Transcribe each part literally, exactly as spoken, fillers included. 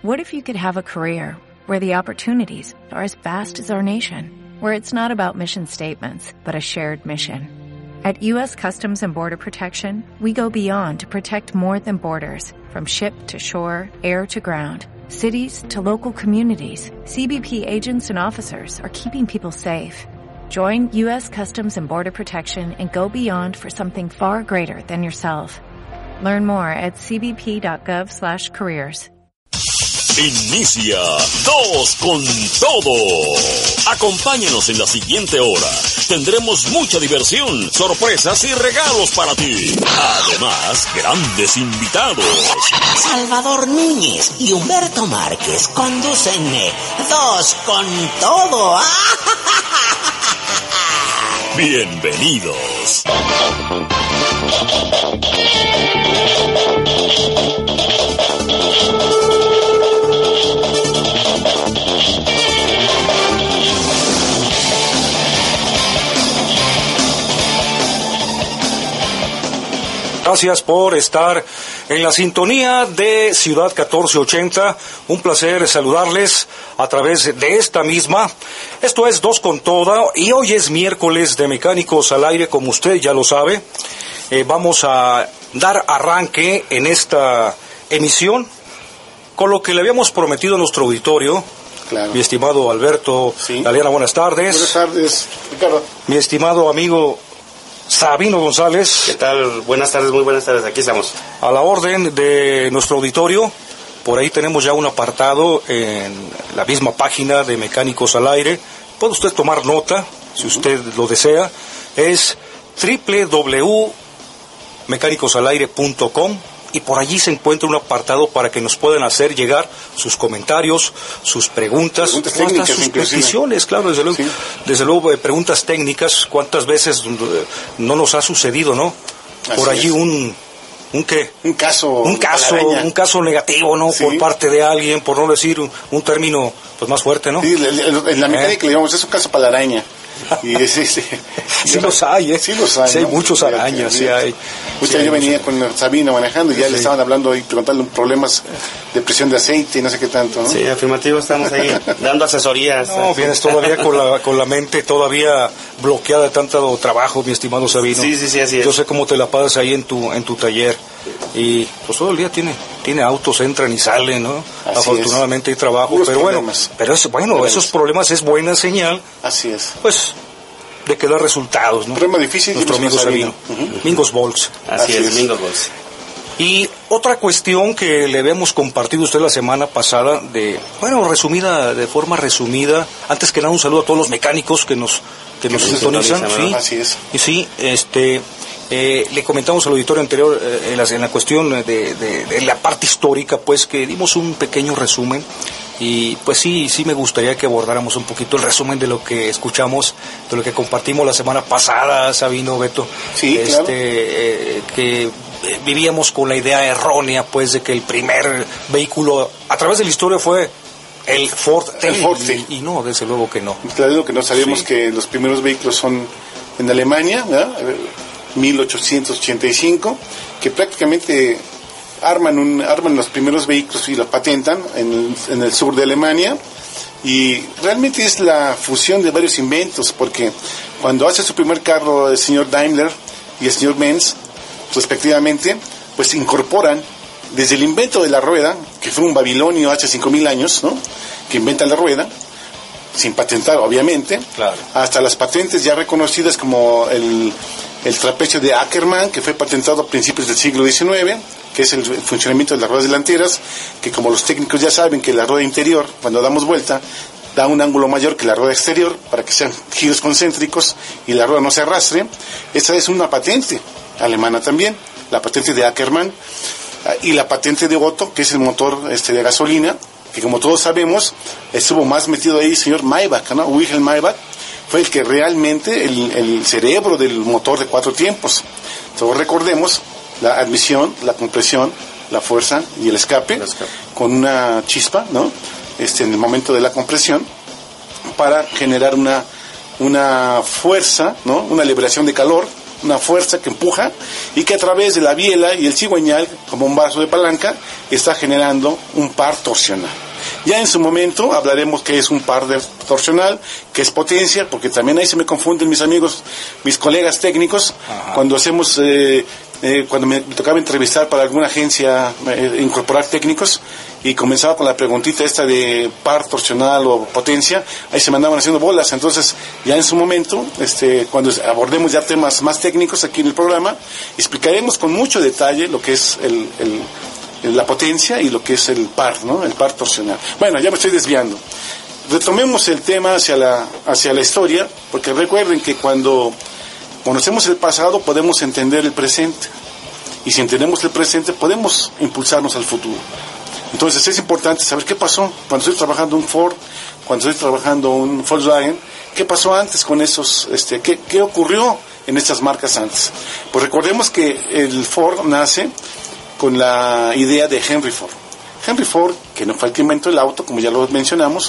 What if you could have a career where the opportunities are as vast as our nation, where it's not about mission statements, but a shared mission? At U S Customs and Border Protection, we go beyond to protect more than borders. From ship to shore, air to ground, cities to local communities, C B P agents and officers are keeping people safe. Join U S Customs and Border Protection and go beyond for something far greater than yourself. Learn more at c b p dot gov slash careers. Inicia Dos con Todo. Acompáñanos en la siguiente hora. Tendremos mucha diversión, sorpresas y regalos para ti. Además, grandes invitados. Salvador Núñez y Humberto Márquez conducen Dos con Todo. Bienvenidos. Gracias por estar en la sintonía de Ciudad catorce ochenta. Un placer saludarles a través de esta misma. Esto es Dos con Todo y hoy es miércoles de Mecánicos al Aire, como usted ya lo sabe. Eh, vamos a dar arranque en esta emisión con lo que le habíamos prometido a nuestro auditorio. Claro. Mi estimado Alberto, sí. Daliana, buenas tardes. Buenas tardes, Ricardo. Mi estimado amigo Sabino González. ¿Qué tal? Buenas tardes, muy buenas tardes, aquí estamos. A la orden de nuestro auditorio, por ahí tenemos ya un apartado en la misma página de Mecánicos al Aire. Puede usted tomar nota, si usted lo desea. Es doble u doble u doble u punto mecánicos al aire punto com y por allí se encuentra un apartado para que nos puedan hacer llegar sus comentarios, sus preguntas, preguntas técnicas, sus inclusive. peticiones, claro, desde luego, sí. desde luego eh, preguntas técnicas, cuántas veces eh, no nos ha sucedido, ¿no? Así Por allí es. un un qué, un caso, un caso, un caso negativo, ¿no? Sí. Por parte de alguien, por no decir un, un término pues más fuerte, ¿no? Sí, en la mecánica ¿Eh? le llamamos, es un caso para la araña. Y sí, sí, sí los hay, ¿eh? Sí los hay, sí hay ¿no? muchos arañas, sí hay. Mucha sí yo hay venía muchos. con Sabino manejando y ya Sí. le estaban hablando y preguntándole problemas de presión de aceite y no sé qué tanto, ¿no? Sí, afirmativo, estamos ahí dando asesorías. No, vienes todavía con la con la mente todavía bloqueada de tanto trabajo, mi estimado Sabino. Sí, sí, sí, así es. Yo sé cómo te la pasas ahí en tu en tu taller y pues todo el día tiene tiene autos, entran y salen, ¿no? Así Afortunadamente es. hay trabajo, Puros pero bueno, problemas. pero es bueno, Problemas. esos problemas es buena señal, Así es. pues de que da resultados, ¿no? Problema difícil. Nuestro amigo Sabino. Sabino. Mingos Volks. Así, Así es, es. Mingo Bols. Y otra cuestión que le habíamos compartido a usted la semana pasada, de bueno, resumida, de forma resumida, antes que nada un saludo a todos los mecánicos que nos que nos nos sintonizan, sintonizan, sí, Así es. y sí, este, eh, le comentamos al auditorio anterior eh, en, la, en la cuestión de, de, de la parte histórica, pues que dimos un pequeño resumen. Y pues sí, sí me gustaría que abordáramos un poquito el resumen de lo que escuchamos, de lo que compartimos la semana pasada, Sabino, Beto. Sí, este, claro. eh, que eh, vivíamos con la idea errónea, pues, de que el primer vehículo a través de la historia fue el Ford T. El Ford T. Y, y no, desde luego que no. Claro que no sabíamos Sí. que los primeros vehículos son en Alemania, ¿verdad? mil ochocientos ochenta y cinco, que prácticamente arman un arman los primeros vehículos y los patentan en el, en el sur de Alemania, y realmente es la fusión de varios inventos, porque cuando hace su primer carro el señor Daimler y el señor Benz, respectivamente, pues incorporan desde el invento de la rueda, que fue un babilonio hace cinco mil años, ¿no? Que inventan la rueda, sin patentar obviamente, Claro. hasta las patentes ya reconocidas como el, el trapecio de Ackermann, que fue patentado a principios del siglo diecinueve, que es el funcionamiento de las ruedas delanteras, que como los técnicos ya saben que la rueda interior, cuando damos vuelta, da un ángulo mayor que la rueda exterior, para que sean giros concéntricos y la rueda no se arrastre. Esta es una patente alemana también, la patente de Ackermann, y la patente de Otto, que es el motor este, de gasolina, que como todos sabemos, estuvo más metido ahí el señor Maybach, ¿no? Wilhelm Maybach fue el que realmente, el, el cerebro del motor de cuatro tiempos. Entonces recordemos la admisión, la compresión, la fuerza y el escape, El escape. con una chispa, ¿no? Este, en el momento de la compresión, para generar una, una fuerza, ¿no? Una liberación de calor una fuerza que empuja y que a través de la biela y el cigüeñal, como un vaso de palanca, está generando un par torsional. Ya en su momento hablaremos qué es un par de torsional, qué es potencia, porque también ahí se me confunden mis amigos, mis colegas técnicos. Ajá. Cuando hacemos, eh, eh, cuando me tocaba entrevistar para alguna agencia, eh, incorporar técnicos, y comenzaba con la preguntita esta de par torsional o potencia, ahí se me andaban haciendo bolas. Entonces, ya en su momento, este, cuando abordemos ya temas más técnicos aquí en el programa, explicaremos con mucho detalle lo que es el, el, la potencia y lo que es el par, ¿no? El par torsional. Bueno, ya me estoy desviando. Retomemos el tema hacia la, hacia la historia, porque recuerden que cuando conocemos el pasado podemos entender el presente, y si entendemos el presente podemos impulsarnos al futuro. Entonces es importante saber qué pasó cuando estoy trabajando un Ford, cuando estoy trabajando un Volkswagen, qué pasó antes con esos, este, qué, qué ocurrió en estas marcas antes. Pues recordemos que el Ford nace con la idea de Henry Ford. Henry Ford, que no fue el que inventó el auto, como ya lo mencionamos,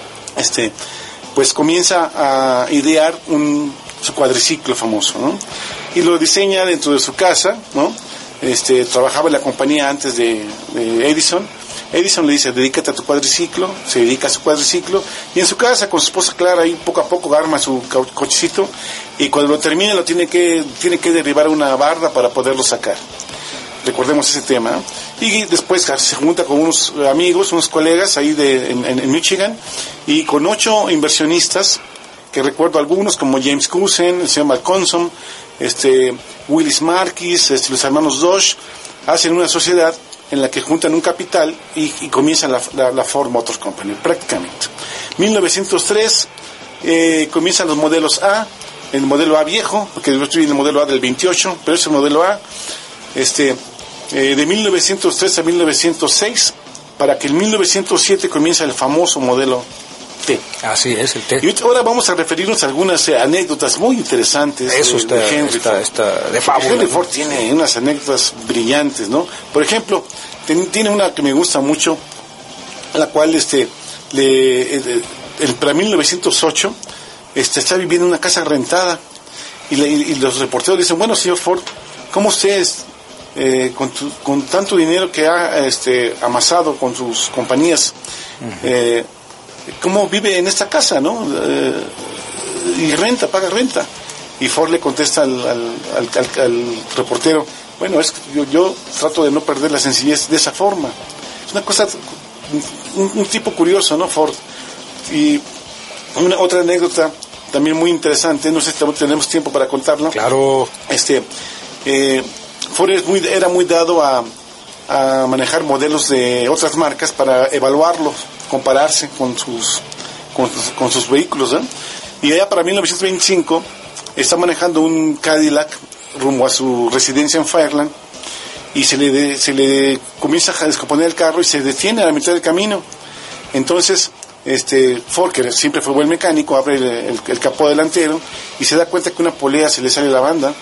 este, pues comienza a idear un, su cuadriciclo famoso, ¿no? Y lo diseña dentro de su casa, ¿no? Este, trabajaba en la compañía antes de, de Edison. Edison le dice, dedícate a tu cuadriciclo, se dedica a su cuadriciclo, y en su casa con su esposa Clara ahí poco a poco arma su cochecito, y cuando lo termine lo tiene que, tiene que derribar una barda para poderlo sacar. Recordemos ese tema, ¿no? Y después se junta con unos amigos, unos colegas ahí de, en, en Michigan, y con ocho inversionistas, que recuerdo algunos como James Cousin, el señor Malcolmson, este, Willis Marquis, este, los hermanos Dodge, hacen una sociedad en la que juntan un capital y, y comienzan la, la, la Ford Motor Company, prácticamente. mil novecientos tres eh, comienzan los modelos A, el modelo A viejo, porque yo estoy en el modelo A del veintiocho, pero es el modelo A, este, eh, de mil novecientos tres a mil novecientos seis, para que en mil novecientos siete comienza el famoso modelo T. Así es, el T. Y ahora vamos a referirnos a algunas eh, anécdotas muy interesantes. Eso de, está, de Henry está, Ford. está de fábula. Henry Ford tiene unas anécdotas brillantes, ¿no? Por ejemplo, ten, tiene una que me gusta mucho, la cual, este, le, eh, el, para mil novecientos ocho, este, está viviendo en una casa rentada, y, le, y los reporteros dicen, bueno, señor Ford, ¿cómo usted es, eh, con, tu, con tanto dinero que ha este, amasado con sus compañías, uh-huh. eh, cómo vive en esta casa, ¿no? Eh, y renta, paga renta. Y Ford le contesta al, al, al, al, al reportero, bueno, es que yo, yo trato de no perder la sencillez de esa forma. Es una cosa, un, un tipo curioso, ¿no, Ford? Y una otra anécdota también muy interesante, no sé si tenemos tiempo para contarla. Claro. Este, eh, Ford es muy, era muy dado a, a manejar modelos de otras marcas para evaluarlos, compararse con sus con, con sus vehículos, ¿eh? Y allá para mil novecientos veinticinco está manejando un Cadillac rumbo a su residencia en Fairland, y se le de, se le comienza a descomponer el carro y se detiene a la mitad del camino. Entonces este Ford, que siempre fue buen mecánico, abre el, el, el capó delantero y se da cuenta que una polea se le sale la banda,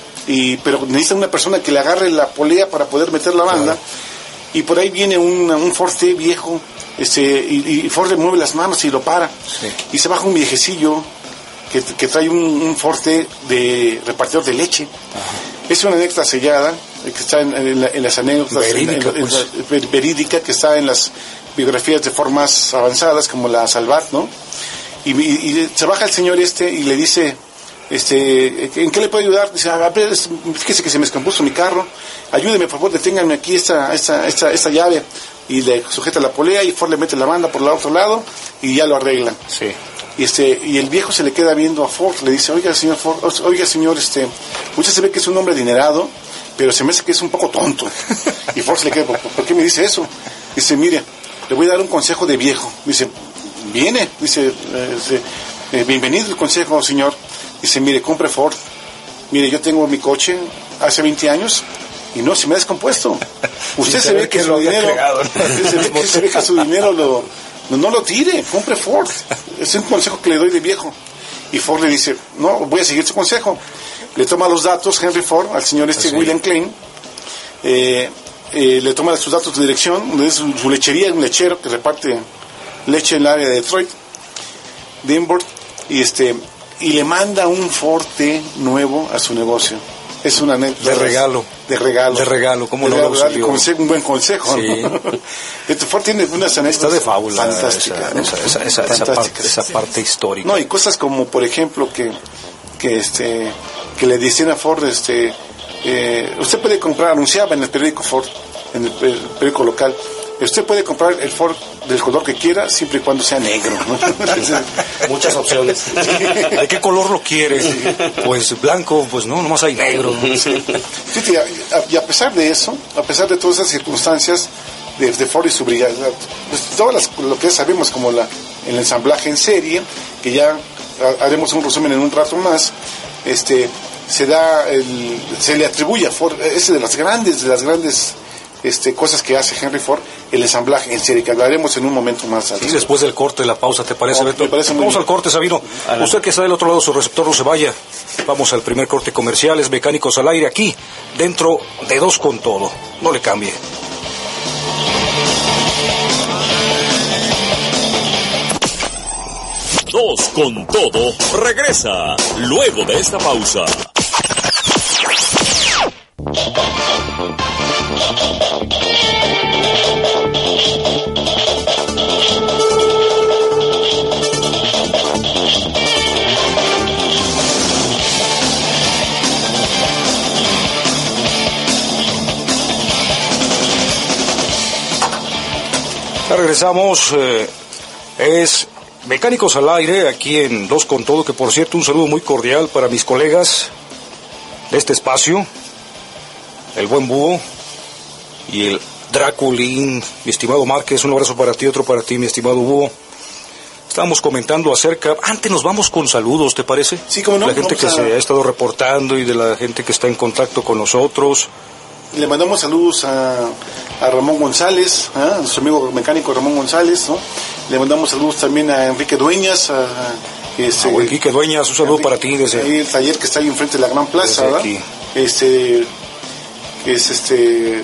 y pero necesita una persona que le agarre la polea para poder meter la banda. Claro. Y por ahí viene una, un Ford T viejo, este, y, y Ford le mueve las manos y lo para, sí. Y se baja un viejecillo que, que trae un, un Ford T de repartidor de leche. Ajá. Es una anécdota sellada que está en, en, en las anécdotas verídica, en, en, pues. en la, verídica, que está en las biografías de Ford más avanzadas, como la Salvat, ¿no? Y, y, y se baja el señor este y le dice, este, ¿en qué le puedo ayudar? Dice, a ver, fíjese que se me descompuso mi carro, ayúdeme por favor, deténganme aquí esta, esta, esta, esta llave, y le sujeta la polea y Ford le mete la banda por el otro lado y ya lo arreglan. Sí. Y este, y el viejo se le queda viendo a Ford, le dice, oiga señor Ford, oiga señor, este, usted se ve que es un hombre adinerado, pero se me hace que es un poco tonto. Y Ford se le queda, ¿por, ¿por qué me dice eso? Dice, mire, le voy a dar un consejo de viejo. Dice, viene, dice, eh, dice eh, bienvenido el consejo, señor. Dice, mire, compre Ford. Mire, yo tengo mi coche hace veinte años y no se me ha descompuesto. Usted se, se ve que, que su dinero, se ve que, se ve que su dinero lo, no, no lo tire, compre Ford. Es un consejo que le doy de viejo. Y Ford le dice, no, voy a seguir su consejo. Le toma los datos Henry Ford al señor este, ¿sí? William Klein. Eh, eh, le toma sus datos de dirección, es su, su lechería, un lechero que reparte leche en el área de Detroit, Denver, y este y le manda un Forte nuevo a su negocio. Es una anécdota. De regalo. De regalo. De regalo, ¿cómo de no lo regalo, consejo, un buen consejo. Sí. ¿no? Este Forte tiene unas anécdotas Está de fábula. fantásticas. Esa, ¿no? esa, esa, esa, esa, parte, esa parte histórica. No, y cosas como, por ejemplo, que, que, este, que le decían a Ford, este, eh, usted puede comprar, anunciaba en el periódico Ford, en el periódico local, usted puede comprar el Ford del color que quiera, siempre y cuando sea negro, ¿no? Muchas opciones. ¿De qué color lo quiere? Pues blanco, pues no, nomás hay negro. Sí. Sí, y a pesar de eso, a pesar de todas esas circunstancias de, de Ford y su brillante, pues todas las, lo que sabemos como la, el ensamblaje en serie, que ya haremos un resumen en un rato más, este, se da, el, se le atribuye a Ford, ese de las grandes, de las grandes Este, cosas que hace Henry Ford, el ensamblaje en serie, que hablaremos en un momento más. Y después del corte, de la pausa, ¿te parece, no, Beto? Me parece muy Vamos bien. al corte, Sabino. Adelante. Usted que está del otro lado de su receptor, no se vaya. Vamos al primer corte comercial, es Mecánicos al Aire, aquí, dentro de Dos con Todo. No le cambie. Dos con Todo regresa luego de esta pausa. Ya regresamos, eh, es Mecánicos al Aire, aquí en Dos con Todo, que por cierto un saludo muy cordial para mis colegas de este espacio, el buen Búho y el Draculín, mi estimado Márquez, un abrazo para ti, otro para ti, mi estimado Búho. Estábamos comentando acerca, antes nos vamos con saludos, ¿te parece? Sí, cómo no. La gente Vamos que a... se ha estado reportando y de la gente que está en contacto con nosotros. Le mandamos saludos a, a Ramón González, ¿eh? a nuestro amigo mecánico Ramón González, ¿no? Le mandamos saludos también a Enrique Dueñas, a, este, a Enrique Dueñas, un saludo Enrique, para ti desde ahí el taller que está ahí enfrente de la Gran Plaza, ¿verdad? aquí. Este, que es este,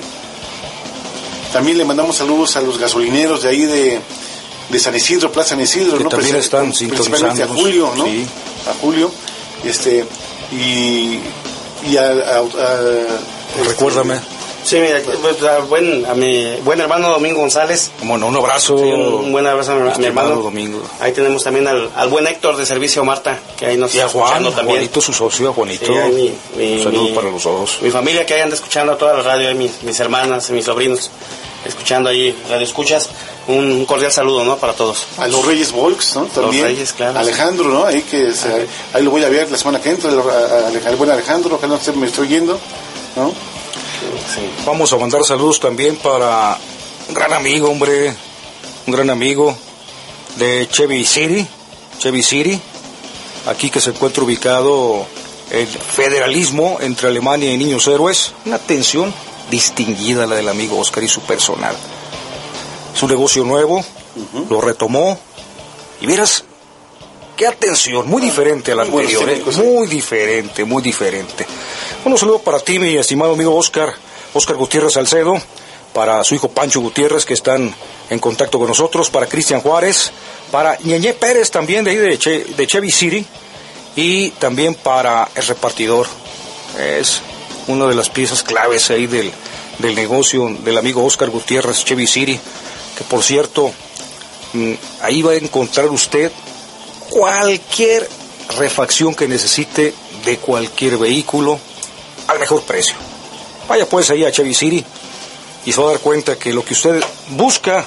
también le mandamos saludos a los gasolineros de ahí de, de San Isidro, Plaza San Isidro, que ¿no? también están principalmente a sintonizándonos. Julio, ¿no? Sí. A Julio, este, y, y a, a, a Este, Recuérdame. Sí, mira, pues, a, buen, a mi buen hermano Domingo González. Como no, un abrazo. Sí, un, un buen abrazo a mi, a mi hermano. Domingo. Ahí tenemos también al, al buen Héctor de Servicio Marta, que ahí nos y a está Juan, escuchando también. Juanito, su socio, a Juanito. Sí, mi, mi, un saludo mi, para los dos. Mi familia que ahí anda escuchando toda la radio, ahí, mis, mis hermanas, mis sobrinos, escuchando ahí Radio Escuchas. Un cordial saludo, ¿no? Para todos. A los Reyes Volks, ¿no? También. Los Reyes, claro. Alejandro, ¿no? Ahí que se, ahí lo voy a ver la semana que entra, al buen Alejandro, ojalá no me estoy yendo, ¿no? Sí. Vamos a mandar saludos también para un gran amigo, hombre, un gran amigo de Chevy City, Chevy City, aquí que se encuentra ubicado el federalismo entre Alemania y Niños Héroes. Una atención distinguida la del amigo Oscar y su personal. Es un negocio nuevo, uh-huh. Lo retomó y vieras qué atención, muy diferente a la muy anterior, ¿eh? Muy diferente, muy diferente. Un saludo para ti, mi estimado amigo Oscar, Oscar Gutiérrez Salcedo, para su hijo Pancho Gutiérrez, que están en contacto con nosotros, para Cristian Juárez, para Ñeñé Pérez, también de ahí de, che, de Chevy City, y también para el repartidor. Es una de las piezas claves ahí del, del negocio del amigo Oscar Gutiérrez, Chevy City, que por cierto, ahí va a encontrar usted cualquier refacción que necesite de cualquier vehículo al mejor precio. Vaya pues ahí a Chevy City y se va a dar cuenta que lo que usted busca,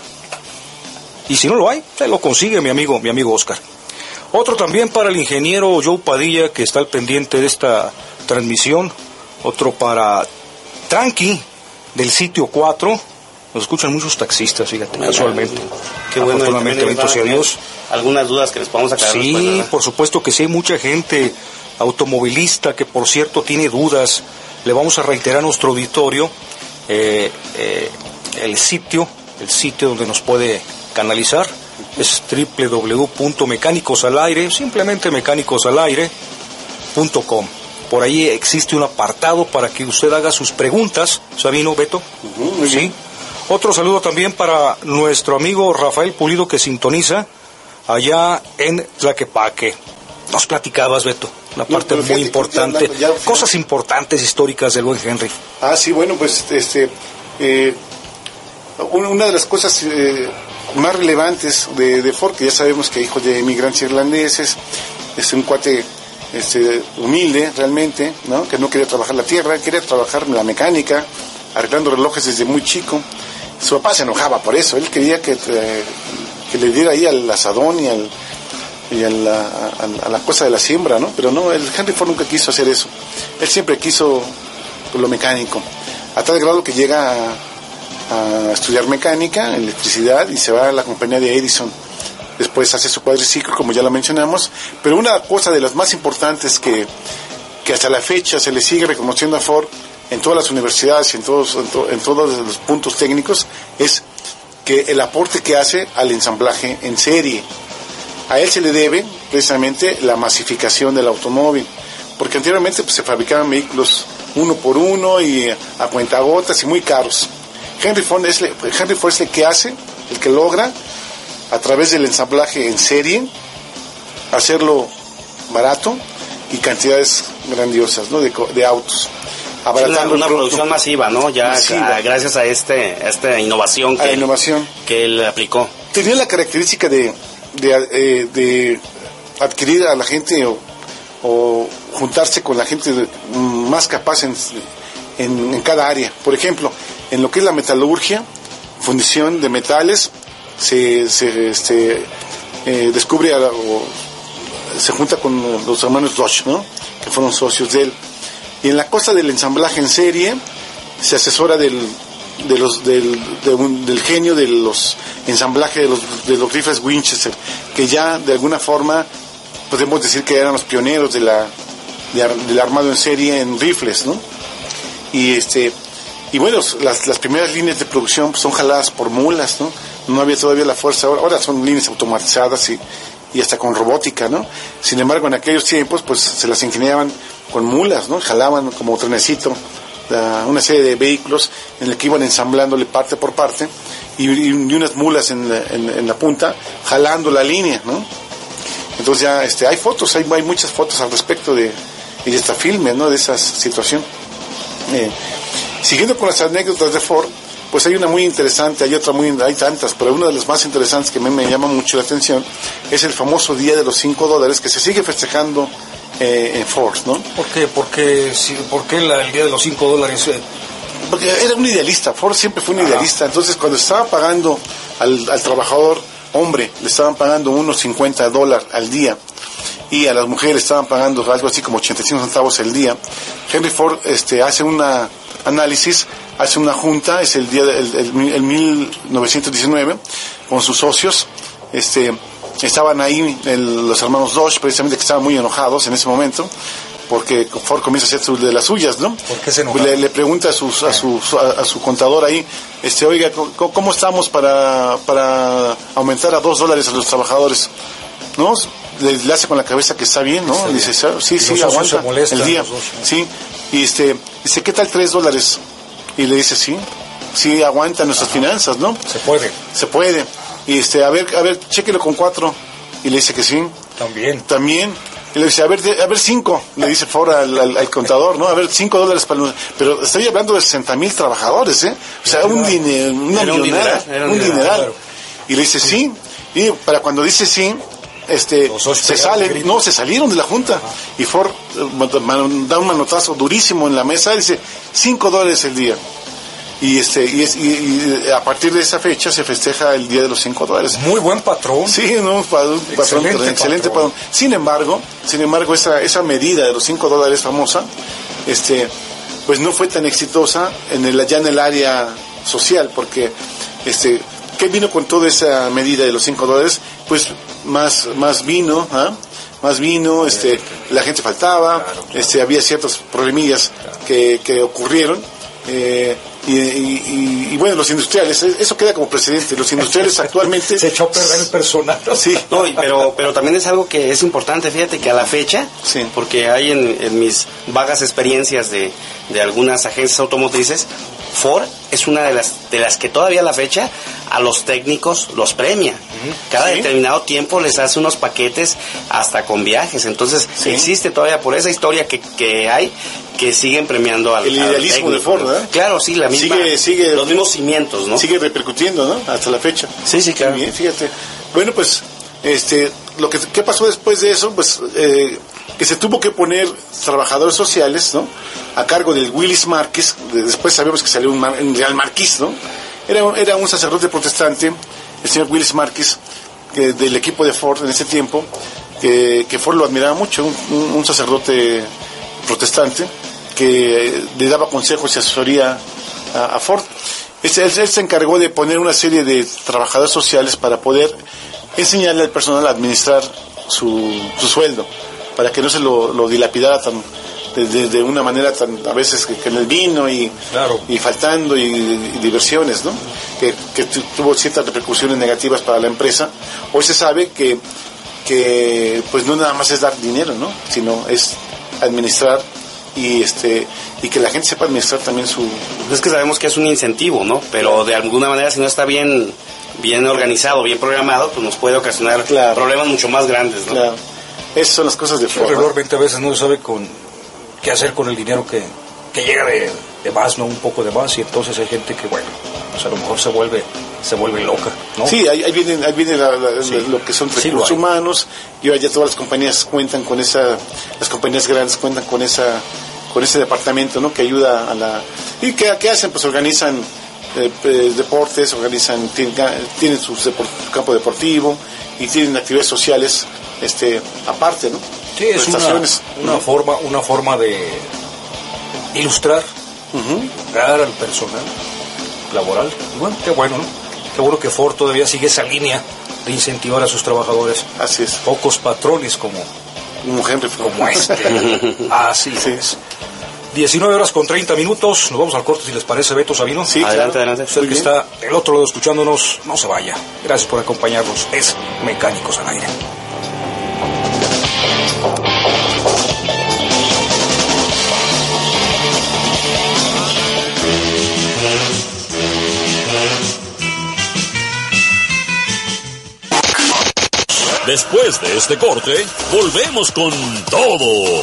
y si no lo hay, se lo consigue mi amigo, mi amigo Oscar. Otro también para el ingeniero Joe Padilla, que está al pendiente de esta transmisión. Otro para Tranqui del sitio cuatro. Nos escuchan muchos taxistas, fíjate, Mira, casualmente. Qué bueno, afortunadamente, bendito sea Dios. Algunas dudas que les podamos sacar. Sí, después, por supuesto que sí, hay mucha gente automovilista que por cierto tiene dudas. Le vamos a reiterar a nuestro auditorio eh, eh, el sitio, el sitio donde nos puede canalizar. Es doble u doble u doble u punto mecánicos al aire, simplemente mecánicos al aire punto com. Por ahí existe un apartado para que usted haga sus preguntas. Sabino, Beto. Uh-huh, sí. Otro saludo también para nuestro amigo Rafael Pulido, que sintoniza allá en Tlaquepaque. Nos platicabas, Beto, una No, parte pero muy fíjate, importante, ya- ya- cosas importantes históricas del buen Henry. Ah, sí, bueno, pues este, eh, una de las cosas eh, más relevantes de, de Ford, que ya sabemos que hijo de inmigrantes irlandeses, es un cuate este, humilde realmente, ¿no? Que no quería trabajar la tierra, quería trabajar la mecánica, arreglando relojes desde muy chico. Su papá se enojaba por eso, él quería que, eh, que le diera ahí al asadón y al y a la, a, a la cosa de la siembra, ¿no? Pero no, el Henry Ford nunca quiso hacer eso. Él siempre quiso lo mecánico, a tal grado que llega a, a estudiar mecánica, electricidad, y se va a la compañía de Edison. Después hace su cuadriciclo, como ya lo mencionamos, pero una cosa de las más importantes que, que hasta la fecha se le sigue reconociendo a Ford en todas las universidades y en todos, en, to, en todos los puntos técnicos, es que el aporte que hace al ensamblaje en serie. A él se le debe precisamente la masificación del automóvil, porque anteriormente pues, se fabricaban vehículos uno por uno y a cuentagotas y muy caros. Henry Ford es, le, Henry Ford es el que hace, el que logra, a través del ensamblaje en serie, hacerlo barato y cantidades grandiosas, ¿no? de, de autos. Una, una producción masiva, ¿no? Ya masiva. A, gracias a este a esta innovación que, a la innovación. que él aplicó. Tenía la característica de De, eh, de adquirir a la gente o, o juntarse con la gente de, más capaz en, en, en cada área. Por ejemplo, en lo que es la metalurgia, fundición de metales, se, se este, eh, descubre a la, o se junta con los hermanos Dodge, ¿no? Que fueron socios de él. Y en la cosa del ensamblaje en serie, se asesora del de los del, de un, del genio de los ensamblajes de los, de los rifles Winchester, que ya de alguna forma podemos decir que eran los pioneros de la de, del armado en serie en rifles, ¿no? Y este y bueno, las, las primeras líneas de producción son jaladas por mulas, ¿no? No había todavía la fuerza, ahora, ahora son líneas automatizadas y, y hasta con robótica, ¿no? Sin embargo, en aquellos tiempos pues se las ingeniaban con mulas, ¿no? Jalaban como trenecito una serie de vehículos en el que iban ensamblándole parte por parte y, y unas mulas en, en, en la punta jalando la línea, ¿no? Entonces ya este, hay fotos, hay, hay muchas fotos al respecto de, y hasta filmes, ¿no? De esa situación. Eh, siguiendo con las anécdotas de Ford, pues hay una muy interesante, hay otra muy, hay tantas, pero una de las más interesantes que a mí me llama mucho la atención es el famoso Día de los cinco dólares que se sigue festejando Eh, en Ford, ¿no? ¿Por qué? Porque, si, ¿por qué la, el día de los cinco dólares? Eh? Porque era un idealista, Ford siempre fue un Ajá. idealista, entonces cuando estaba pagando al, al trabajador hombre, le estaban pagando unos cincuenta dólares al día, y a las mujeres le estaban pagando algo así como ochenta y cinco centavos al día, Henry Ford este, hace un análisis, hace una junta, es el día del el, el, el mil novecientos diecinueve, con sus socios, este... estaban ahí el, los hermanos Dodge, precisamente, que estaban muy enojados en ese momento, porque Ford comienza a hacer su, de las suyas, ¿no? ¿Por qué se enojaron? Le, le pregunta a, sus, a, su, a, a su contador ahí, este, oiga, ¿cómo, cómo estamos para, para aumentar a dos dólares a los trabajadores? ¿No? Le, le hace con la cabeza que está bien, ¿no? Está Dice, bien. sí, sí, aguanta el día. Sí, y este, dice, ¿qué tal tres dólares? Y le dice, sí, sí, aguanta nuestras Ajá. finanzas, ¿no? Se puede. Se puede. Y este, a ver, a ver, chéquelo con cuatro. Y le dice que sí. También. También. Y le dice, a ver, de, a ver, cinco. Le dice Ford al, al, al contador, ¿no? A ver, cinco dólares para el... Pero estoy hablando de sesenta mil trabajadores, ¿eh? O sea, un dinero, una era millonada, un dineral. Un dineral. Claro. Y le dice, sí. Y para cuando dice sí, este, se salen, no, se salieron de la junta. Ajá. Y Ford da un manotazo durísimo en la mesa y dice, cinco dólares el día. Y este y, es, y, y a partir de esa fecha se festeja el Día de los cinco dólares. Muy buen patrón. Sí, no, un patrón, excelente, patrón, excelente patrón. patrón. Sin embargo, sin embargo esa esa medida de los cinco dólares famosa, este, pues no fue tan exitosa en el allá en el área social, porque este, ¿qué vino con toda esa medida de los cinco dólares? Pues más más vino, ¿ah? más vino, este, la gente faltaba, este, había ciertos problemillas que que ocurrieron. Eh, Y, y, y bueno, los industriales, eso queda como precedente. Los industriales actualmente se echó a perder el personal. Sí, no, pero pero también es algo que es importante, fíjate que a la fecha, sí. porque hay en, en mis vagas experiencias de, de algunas agencias automotrices, Ford es una de las de las que todavía a la fecha a los técnicos los premia. Uh-huh. Cada ¿Sí? determinado tiempo les hace unos paquetes hasta con viajes. Entonces ¿Sí? existe todavía por esa historia que, que hay, que siguen premiando al, el idealismo al técnico, de Ford, ¿eh? Claro, sí, la misma, sigue, sigue, los mismos cimientos, ¿no? Sigue repercutiendo, ¿no? Hasta la fecha. Sí, sí, claro. Bien, fíjate. Bueno, pues, este, lo que ¿qué pasó después de eso? Pues, eh, que se tuvo que poner trabajadores sociales, ¿no? A cargo del Willis Márquez. Después sabemos que salió un, Mar, un Real Marquís, ¿no? Era, era un sacerdote protestante, el señor Willis Márquez, que, del equipo de Ford en ese tiempo, que, que Ford lo admiraba mucho, un, un sacerdote protestante que le daba consejos y asesoría a, a Ford. Él, él, él se encargó de poner una serie de trabajadores sociales para poder enseñarle al personal a administrar su, su sueldo, para que no se lo, lo dilapidara tan, de, de, de una manera tan, a veces que, que en el vino y, claro. y faltando y, y diversiones, ¿no? Que, que tuvo ciertas repercusiones negativas para la empresa. Hoy se sabe que, que pues no nada más es dar dinero, ¿no? Sino es administrar y este y que la gente sepa administrar también su... Es que sabemos que es un incentivo, ¿no? Pero claro. de alguna manera si no está bien bien organizado, bien programado, pues nos puede ocasionar claro. problemas mucho más grandes, ¿no? Claro. Esas son las cosas de Ford. Regularmente a veces no se sabe con qué hacer con el dinero que, que llega de, de más, ¿no? Un poco de más, y entonces hay gente que, bueno, pues a lo mejor se vuelve se vuelve loca, ¿no? Sí, ahí, ahí viene, ahí viene la, la, sí. lo que son recursos sí, humanos, y ahora ya todas las compañías cuentan con esa, las compañías grandes cuentan con esa con ese departamento, ¿no? Que ayuda a la... ¿Y qué, qué hacen? Pues organizan eh, eh, deportes, organizan, tienen, tienen su, deport, su campo deportivo y tienen actividades sociales este aparte, ¿no? Sí, es una, una ¿no? forma una forma de ilustrar, uh-huh. dar al personal laboral. Y bueno, qué bueno, ¿no? Qué bueno que Ford todavía sigue esa línea de incentivar a sus trabajadores. Así es. Pocos patrones como como Henry Ford. Como este. Así sí. es. diecinueve horas con treinta minutos. Nos vamos al corte si les parece, Beto, Sabino. Sí, adelante, claro. adelante. Usted que bien. Está del otro lado escuchándonos, no se vaya. Gracias por acompañarnos. Es Mecánicos al Aire. Después de este corte, volvemos con todo.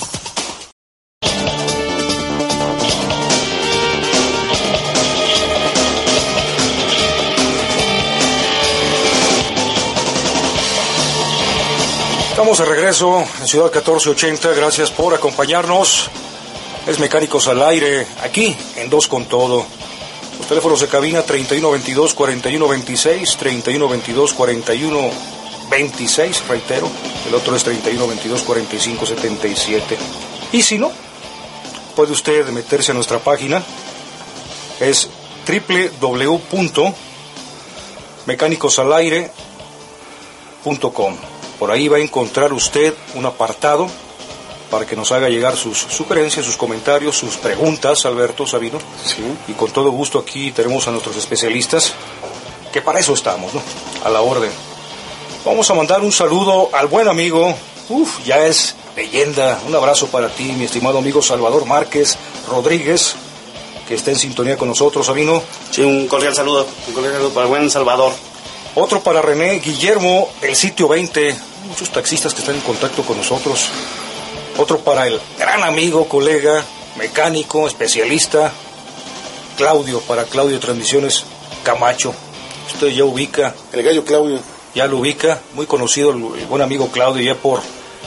Estamos de regreso en Ciudad catorce ochenta. Gracias por acompañarnos. Es Mecánicos al Aire, aquí en Dos con Todo. Los teléfonos de cabina treinta y uno veintidós cuarenta y uno veintiséis, treinta y uno veintidós cuarenta y uno veintiséis, reitero. El otro es treinta y uno veintidós cuarenta y cinco setenta y siete. Y si no, puede usted meterse a nuestra página. Es doble u doble u doble u punto mecánicos al aire punto com. Por ahí va a encontrar usted un apartado para que nos haga llegar sus sugerencias, sus comentarios, sus preguntas, Alberto, Sabino. Sí. Y con todo gusto aquí tenemos a nuestros especialistas, que para eso estamos, ¿no? A la orden. Vamos a mandar un saludo al buen amigo, uf, ya es leyenda. Un abrazo para ti, mi estimado amigo Salvador Márquez Rodríguez, que está en sintonía con nosotros, Sabino. Sí, un cordial saludo, un cordial saludo para el buen Salvador. Otro para René Guillermo, el sitio veinte, muchos taxistas que están en contacto con nosotros. Otro para el gran amigo, colega, mecánico, especialista, Claudio, para Claudio Transmisiones Camacho. Usted ya ubica. El gallo Claudio. Ya lo ubica, muy conocido el, el buen amigo Claudio, ya por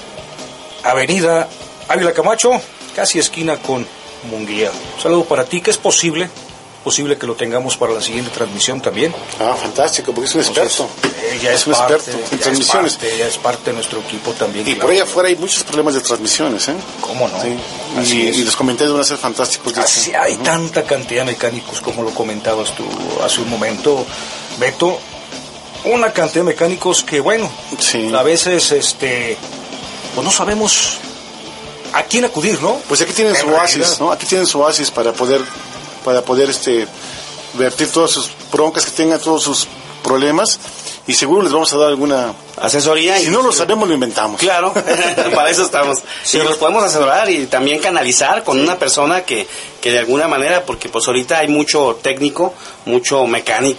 Avenida Ávila Camacho, casi esquina con Munguía. Un saludo para ti, que es posible. posible que lo tengamos para la siguiente transmisión también. Ah, fantástico, porque es un experto. Entonces, eh, ya es, es un parte, experto en transmisiones. Es parte, ya es parte de nuestro equipo también. Y claro, por allá afuera hay muchos problemas de transmisiones, ¿eh? ¿Cómo no? Sí. Así y, es. y los comentarios van a ser fantásticos. Así hay uh-huh. tanta cantidad de mecánicos, como lo comentabas tú hace un momento, Beto. Una cantidad de mecánicos que, bueno, sí. a veces, este, pues no sabemos a quién acudir, ¿no? Pues aquí tienen en su oasis, realidad. ¿no? Aquí tienen su oasis para poder, para poder, este, vertir todas sus broncas que tengan, todos sus problemas, y seguro les vamos a dar alguna asesoría. Si y no lo sabemos, lo inventamos. Claro, para eso estamos. Sí, los podemos asesorar y también canalizar con una persona que, que de alguna manera, porque pues ahorita hay mucho técnico, mucho mecánico,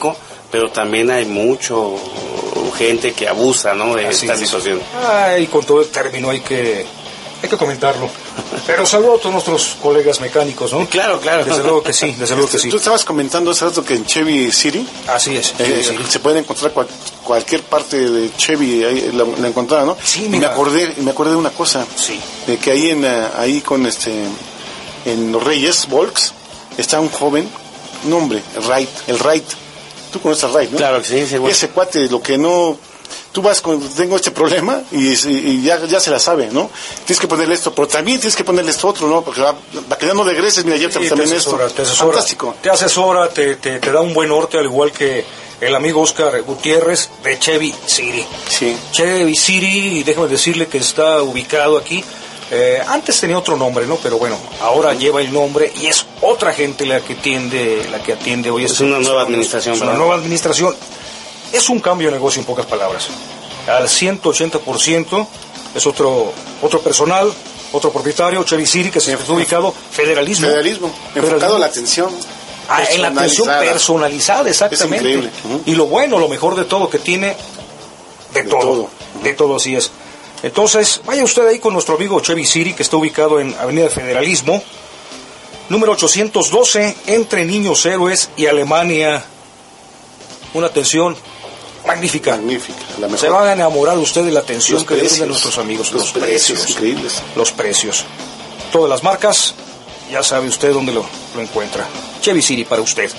pero también hay mucho gente que abusa, ¿no?, de Así esta es. situación. Ay, con todo el término hay que hay que comentarlo. Pero saludo a todos nuestros colegas mecánicos, ¿no? Claro, claro. Desde luego que sí, desde luego que sí. Tú estabas comentando hace rato que en Chevy City Así es. eh, sí, sí. se puede encontrar cual- cualquier parte de Chevy, ahí la, la encontraba, ¿no? Sí, y me mira. acordé, y me acordé de una cosa, Sí. de que ahí en eh, ahí con este en Los Reyes, Volks, está un joven, un hombre, el Wright, el Wright. Tú conoces al Wright, ¿no? Claro que sí, sí, bueno. Ese cuate, lo que no... Tú vas con, tengo este problema y, y ya, ya se la sabe, ¿no? Tienes que ponerle esto, pero también tienes que ponerle esto otro, ¿no? Porque va, para que ya no regreses, mira, ya Sí, también te esto. asesora, te asesora, Fantástico. te asesora, te, te, te da un buen norte, al igual que el amigo Oscar Gutiérrez de Chevy City. Sí. Chevy City, y déjame decirle que está ubicado aquí. Eh, antes tenía otro nombre, ¿no? Pero bueno, ahora lleva el nombre y es otra gente la que atiende, la que atiende hoy. Es una nueva administración, Es una ¿verdad? nueva administración. Es un cambio de negocio en pocas palabras. Al ciento ochenta por ciento es otro otro personal, otro propietario, Chevy City, que se está ubicado federalismo. Federalismo, enfocado a la atención. Ah, en la atención personalizada. personalizada, exactamente. Es increíble. Ujú. Y lo bueno, lo mejor de todo, que tiene de, De todo. todo. De todo, así es. Entonces, vaya usted ahí con nuestro amigo Chevy City, que está ubicado en Avenida Federalismo, número ochocientos doce, entre Niños Héroes y Alemania. Una atención magnífica. Magnífica, la mejor. Se va a enamorar usted de la atención Los que le precios. brindan nuestros amigos. Los precios, increíbles. Los precios. Todas las marcas, ya sabe usted dónde lo, lo encuentra. Chevy City para usted.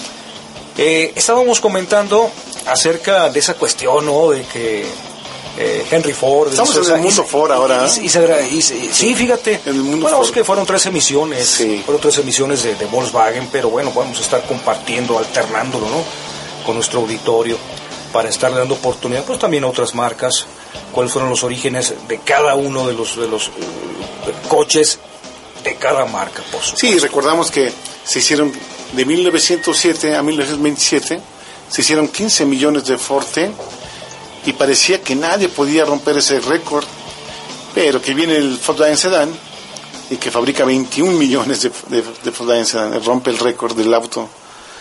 Eh, estábamos comentando acerca de esa cuestión, ¿no? De que eh, Henry Ford... Estamos hizo en el esa- mundo y- Ford ahora, y- y- y se agra- y se- y- sí, fíjate. En el mundo bueno, Ford. es que fueron tres emisiones. Sí. Fueron tres emisiones de, de Volkswagen, pero bueno, vamos a estar compartiendo, alternándolo, ¿no? Con nuestro auditorio, para estar dando oportunidad, pues también a otras marcas, cuáles fueron los orígenes de cada uno de los, de los eh, coches de cada marca, por supuesto. Sí, recordamos que se hicieron de mil novecientos siete a mil novecientos veintisiete, se hicieron quince millones de Ford T, y parecía que nadie podía romper ese récord, pero que viene el Volkswagen Sedan y que fabrica veintiún millones de, de, de Volkswagen Sedan, rompe el récord del auto,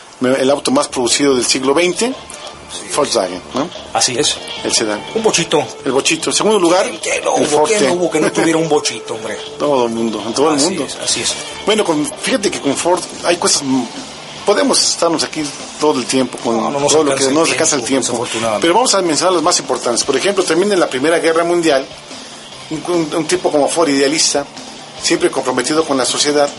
el auto más producido del siglo veinte, Volkswagen, ¿no? Así es. El sedán. Un bochito. El bochito. En segundo lugar, ¿Qué no el hubo? Ford ¿Qué T. no hubo que no tuviera un bochito, hombre? Todo el mundo, en todo así el mundo. Es, así es. Bueno, con, fíjate que con Ford hay cosas, mm, podemos estarnos aquí todo el tiempo con No, no nos todo lo alcanza que el no nos tiempo, alcanza el tiempo. desafortunadamente. Pero vamos a mencionar los más importantes. Por ejemplo, también en la Primera Guerra Mundial, un, un- un tipo como Ford, idealista, siempre comprometido con la sociedad,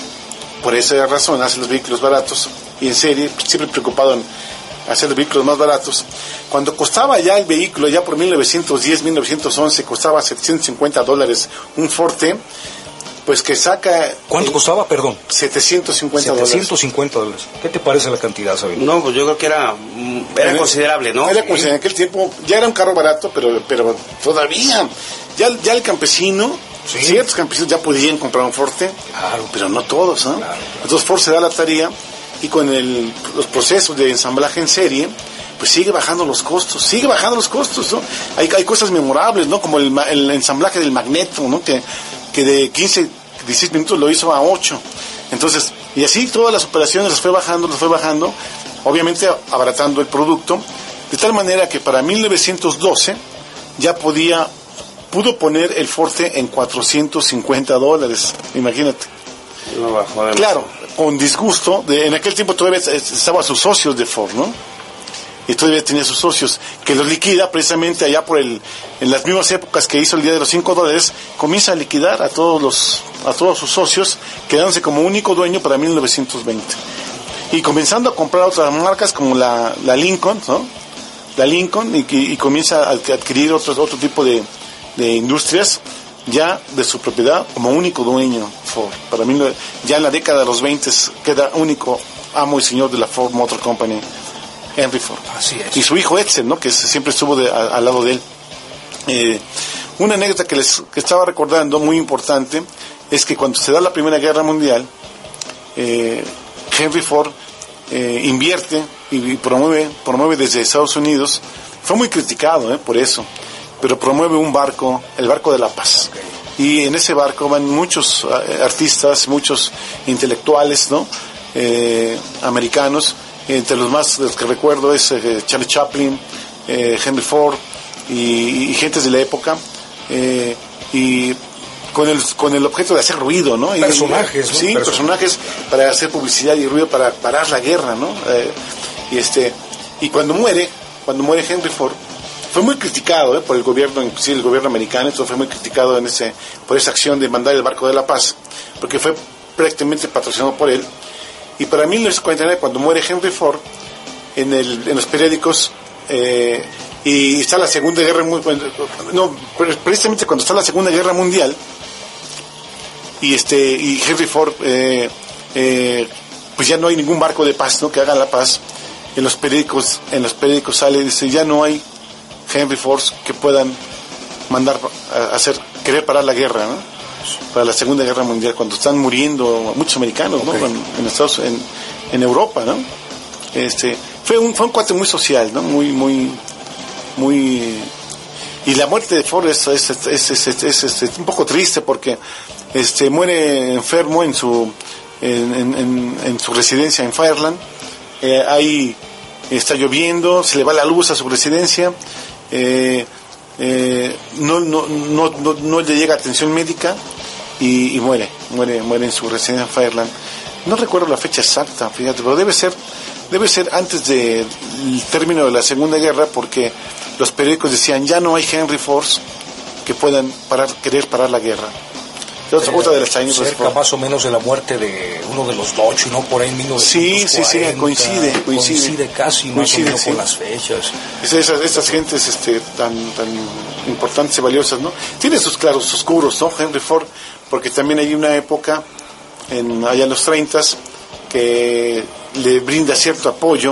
por esa razón hace los vehículos baratos y en serie, siempre preocupado en hacer los vehículos más baratos. Cuando costaba ya el vehículo, ya por mil novecientos diez, mil novecientos once, costaba setecientos cincuenta dólares un Ford T, pues que saca... ¿Cuánto eh, costaba? Perdón. setecientos cincuenta setecientos cincuenta dólares. ¿Qué te parece la cantidad, Sabino? No, pues yo creo que era, mm, era Era- considerable, ¿no? Era considerable. En aquel tiempo ya era un carro barato, pero pero todavía, ya, ya el campesino, Sí. ciertos campesinos ya podían comprar un Ford T, Claro. pero no todos, ¿no? Claro. Entonces Ford se da la tarea y con el, los procesos de ensamblaje en serie, pues sigue bajando los costos, sigue bajando los costos, ¿no? Hay, hay cosas memorables, ¿no? Como el, ma- el ensamblaje del magneto, ¿no? Que, que de quince, dieciséis minutos lo hizo a ocho. Entonces, y así todas las operaciones las fue bajando, las fue bajando, obviamente abaratando el producto, de tal manera que para mil novecientos doce ya podía, pudo poner el Ford T en cuatrocientos cincuenta dólares, imagínate. No bajó demasiado. Claro, con disgusto, de, en aquel tiempo todavía estaban sus socios de Ford, ¿no? Y todavía tenía sus socios, que los liquida precisamente allá por el, en las mismas épocas que hizo el Día de los cinco dólares, comienza a liquidar a todos los, a todos sus socios, quedándose como único dueño para mil novecientos veinte. Y comenzando a comprar otras marcas como la, la Lincoln, ¿no? La Lincoln, y, y comienza a adquirir otros, otro tipo de, de industrias, ya de su propiedad como único dueño Ford. Para mí, ya en la década de los veinte queda único amo y señor de la Ford Motor Company, Henry Ford. Así es. Y su hijo Edsel, ¿no? Que siempre estuvo de, a, al lado de él. Eh, una anécdota que les que estaba recordando, muy importante, es que cuando se da la Primera Guerra Mundial, eh, Henry Ford eh, invierte y, y promueve, promueve desde Estados Unidos, fue muy criticado eh, por eso, pero promueve un barco, el barco de la paz. Y en ese barco van muchos uh, artistas, muchos intelectuales, ¿no? Eh, americanos, Entre los más los que recuerdo es eh, Charlie Chaplin, eh, Henry Ford y, y gentes de la época, eh, y con el con el objeto de hacer ruido, ¿no? Personajes, y, ¿no? Sí, personajes. personajes para hacer publicidad y ruido, para parar la guerra, ¿no? Eh, y este y cuando muere, cuando muere Henry Ford, fue muy criticado, ¿eh? por el gobierno, inclusive el gobierno americano, esto fue muy criticado en ese por esa acción de mandar el barco de la paz, porque fue prácticamente patrocinado por él. Y para mil novecientos cuarenta y nueve, cuando muere Henry Ford, en el en los periódicos eh, y está la Segunda Guerra Mundial, no, precisamente cuando está la Segunda Guerra Mundial, y este y Henry Ford eh, eh, pues ya no hay ningún barco de paz, ¿no?, que haga la paz. En los periódicos en los periódicos sale, dice, ya no hay Henry Fords que puedan mandar a hacer querer parar la guerra, ¿no?, para la Segunda Guerra Mundial, cuando están muriendo muchos americanos, ¿no?, okay. en, en Estados en, en Europa, ¿no? Este fue un fue un cuate muy social, ¿no?, muy muy muy y la muerte de Ford es es, es, es, es, es, es, es un poco triste, porque este muere enfermo en su en, en, en su residencia en Fairland. Eh, ahí está lloviendo, se le va la luz a su residencia, eh, eh, no, no, no, no, no le llega atención médica y, y muere, muere, muere en su residencia en Fairland. No recuerdo la fecha exacta, fíjate, pero debe ser, debe ser antes del término de la Segunda Guerra, porque los periódicos decían, ya no hay Henry Fords que puedan parar, querer parar la guerra. Otra, otra de las años cerca después. Más o menos de la muerte de uno de los Dodge, ¿no? Por ahí en mil novecientos cuarenta. Sí, sí, sí, coincide, coincide. Coincide casi, coincide, más o menos sí. con las fechas. Es esas, esas gentes este, tan, tan importantes y valiosas, ¿no? Tiene sus claros oscuros, ¿no? Henry Ford, porque también hay una época, en, allá en los treintas, que le brinda cierto apoyo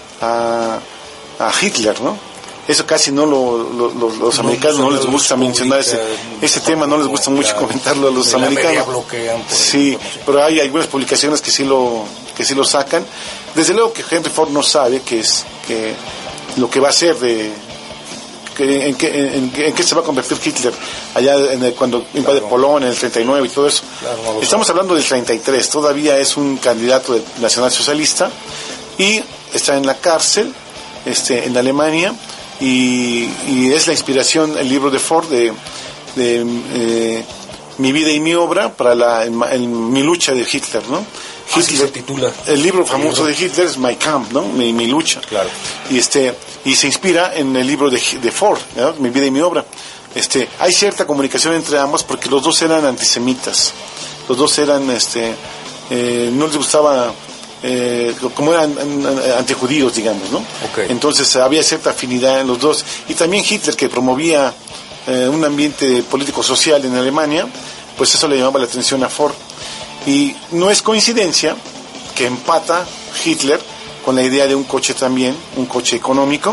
a, a Hitler, ¿no? Eso casi no lo, lo, lo, los no, americanos no, no les gusta mencionar ese, ese tema, no les gusta mucho comentarlo a los americanos. Sí, pero hay algunas publicaciones que sí lo que sí lo sacan. Desde luego que Henry Ford no sabe qué es que lo que va a hacer de que, en, qué, en, en qué se va a convertir Hitler allá en el, cuando invade claro. Polonia en el treinta y nueve y todo eso. Claro, no Estamos sabe. hablando del treinta y tres, todavía es un candidato de nacionalsocialista y está en la cárcel, este, en Alemania. Y, y es la inspiración el libro de Ford de, de eh, Mi vida y mi obra para la en, en mi lucha de Hitler, ¿no? Hitler, así se titula. El libro famoso de Hitler es My Kampf, ¿no? Mi, mi lucha. Claro. Y este y se inspira en el libro de, de Ford, ¿no? Mi vida y mi obra. Este, hay cierta comunicación entre ambos porque los dos eran antisemitas. Los dos eran este eh, no les gustaba Eh, como eran antijudíos, digamos, ¿no? Okay. Entonces había cierta afinidad en los dos. Y también Hitler, que promovía eh, un ambiente político-social en Alemania, pues eso le llamaba la atención a Ford. Y no es coincidencia que empata Hitler con la idea de un coche también, un coche económico,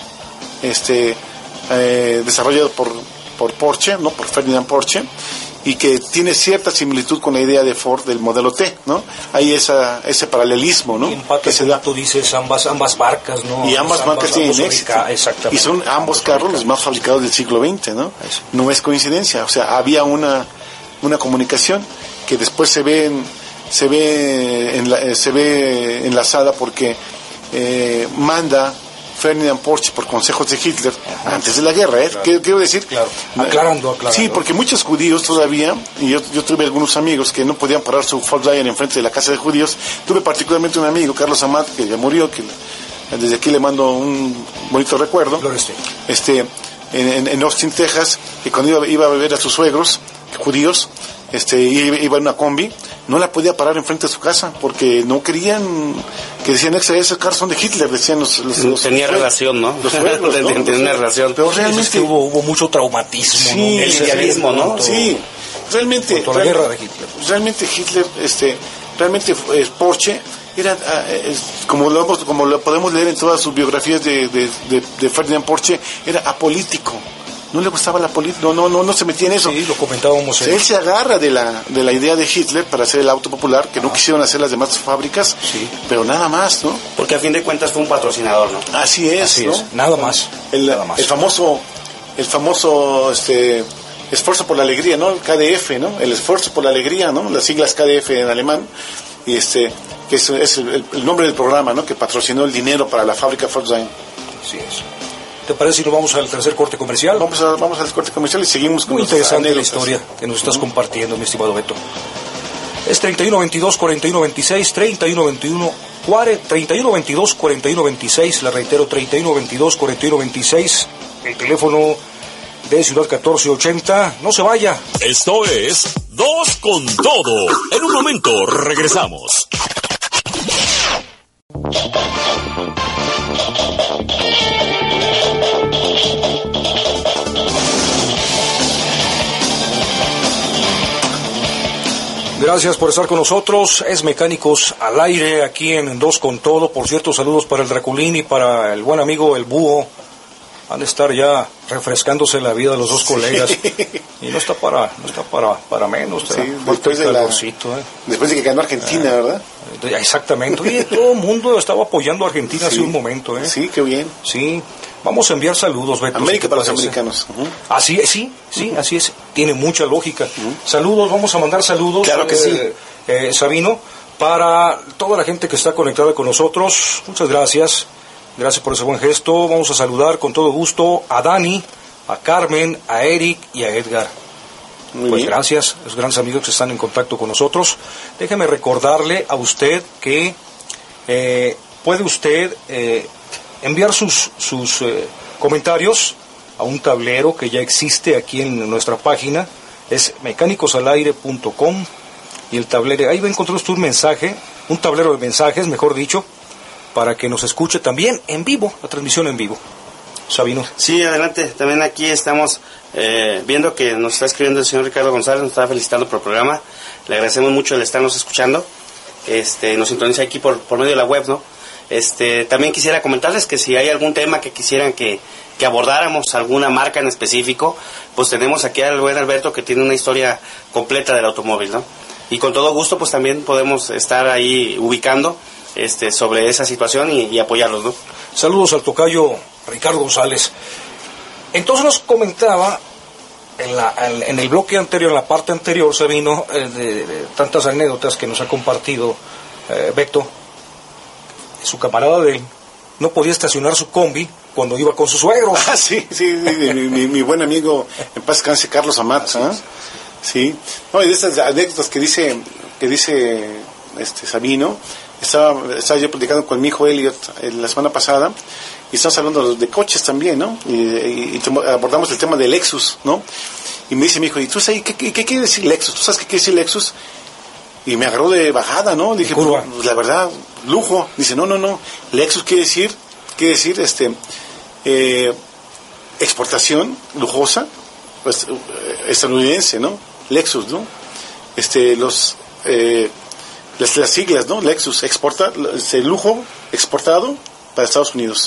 este eh, desarrollado por, por Porsche, ¿no? Por Ferdinand Porsche, y que tiene cierta similitud con la idea de Ford del modelo T, ¿no? Hay esa, ese paralelismo, ¿no? Y empata, que se da. Tú dices ambas ambas marcas, ¿no? Y ambas, ambas marcas tienen éxito. Exactamente. Y son ambos carros los más fabricados del siglo veinte, ¿no? Eso. No es coincidencia, o sea, había una una comunicación que después se ve en, se ve en la, se ve enlazada porque eh, manda Ferdinand Porsche por consejos de Hitler. Ajá. Antes de la guerra, ¿eh? Claro. Quiero decir, claro. aclarando, aclarando. Sí, porque muchos judíos todavía, y yo, yo tuve algunos amigos que no podían parar su Volkswagen enfrente de la casa de judíos. Tuve particularmente un amigo, Carlos Amat, que ya murió, que desde aquí le mando un bonito recuerdo. Este, en, en, en Austin, Texas, que cuando iba, iba a ver a sus suegros judíos, este, iba en una combi, no la podía parar enfrente de su casa porque no querían, que decían, esos carros son de Hitler, decían los, los, los tenía los, relación, ¿no? Los suegros, ¿no? Tenía una relación. Pero realmente es que hubo, hubo mucho traumatismo, sí, ¿no? El idealismo, ¿no? Sí, realmente por toda la guerra de Hitler. Realmente Hitler, este, realmente eh, Porsche era, eh, como lo como lo podemos leer en todas sus biografías de, de, de, de Ferdinand Porsche, era apolítico. No le gustaba la política, no, no, no, no se metía en eso. Sí, lo comentábamos. En... Él se agarra de la, de la idea de Hitler para hacer el auto popular, que ah. no quisieron hacer las demás fábricas, sí. pero nada más, ¿no? Porque a fin de cuentas fue un patrocinador, ¿no? Así es, Así ¿no? es. Nada más. El, nada más. el famoso, el famoso, este, esfuerzo por la alegría, ¿no? El K D F, ¿no? El esfuerzo por la alegría, ¿no? Las siglas K D F en alemán, y este, que es, es el, el nombre del programa, ¿no? Que patrocinó el dinero para la fábrica Volkswagen. Así es. ¿Te parece si nos vamos al tercer corte comercial? Vamos, a, vamos al corte comercial y seguimos con muy interesante anécdotas. La historia que nos estás uh-huh. compartiendo, mi estimado Beto. Es treinta y uno veintidós cuarenta y uno veintiséis, treinta y uno veintiuno, treinta y uno veintidós cuarenta y uno veintiséis, la reitero, treinta y uno veintidós cuarenta y uno veintiséis, el teléfono de Ciudad catorce ochenta. No se vaya. Esto es Dos con Todo. En un momento regresamos. Gracias por estar con nosotros. Es Mecánicos al Aire aquí en Dos con Todo. Por cierto, saludos para el Draculín y para el buen amigo el Búho. Han de estar ya refrescándose la vida de los dos colegas. Sí. Y no está para no está para para menos. Sí, después, de la, ¿eh? después de que ganó Argentina, eh, ¿verdad? Exactamente. Oye, todo el mundo estaba apoyando a Argentina sí. hace un momento. ¿eh? Sí, qué bien. Sí. Vamos a enviar saludos, Beto. América para los americanos. Uh-huh. Así es, sí, sí, uh-huh. así es. Tiene mucha lógica. Uh-huh. Saludos, vamos a mandar saludos. Claro que eh, sí. Eh, Sabino, para toda la gente que está conectada con nosotros. Muchas gracias. Gracias por ese buen gesto. Vamos a saludar con todo gusto a Dani, a Carmen, a Eric y a Edgar. Muy pues bien. Gracias, los grandes amigos que están en contacto con nosotros. Déjeme recordarle a usted que eh, puede usted eh, enviar sus, sus eh, comentarios a un tablero que ya existe aquí en nuestra página. Es mecánicos al aire punto com y el tablero, ahí va a encontrar usted un mensaje, un tablero de mensajes, mejor dicho, para que nos escuche también en vivo, la transmisión en vivo. Sabino. Sí, adelante. También aquí estamos eh, viendo que nos está escribiendo el señor Ricardo González, nos está felicitando por el programa. Le agradecemos mucho el estarnos escuchando. Este, nos sintoniza aquí por, por medio de la web, ¿no? Este, también quisiera comentarles que si hay algún tema que quisieran que, que abordáramos, alguna marca en específico, pues tenemos aquí al buen Alberto que tiene una historia completa del automóvil, ¿no? Y con todo gusto, pues también podemos estar ahí ubicando Este, sobre esa situación y, y apoyarlos, ¿no? Saludos al tocayo Ricardo González. Entonces nos comentaba en, la, en, en el bloque anterior, en la parte anterior, Sabino, eh, de, de tantas anécdotas que nos ha compartido eh, Beto. Su camarada de él no podía estacionar su combi cuando iba con su suegro. Ah, sí, sí, mi, mi, mi buen amigo, en paz descanse, Carlos Amat, ¿eh? Sí. No, y de estas anécdotas que dice, que dice este Sabino. Estaba, estaba yo platicando con mi hijo Elliot eh, la semana pasada y estamos hablando de coches también, ¿no? Y, y, y abordamos el tema de Lexus, ¿no? Y me dice mi hijo, ¿y tú sabes qué, qué, qué quiere decir Lexus? ¿Tú sabes qué quiere decir Lexus? Y me agarró de bajada, ¿no? Dije, pues, la verdad, lujo. Dice, no, no, no. Lexus quiere decir, quiere decir, este, eh, exportación lujosa, pues, estadounidense, ¿no? Lexus, ¿no? Este, los... Eh, Las, las siglas, ¿no? Lexus, exporta, este, lujo exportado para Estados Unidos.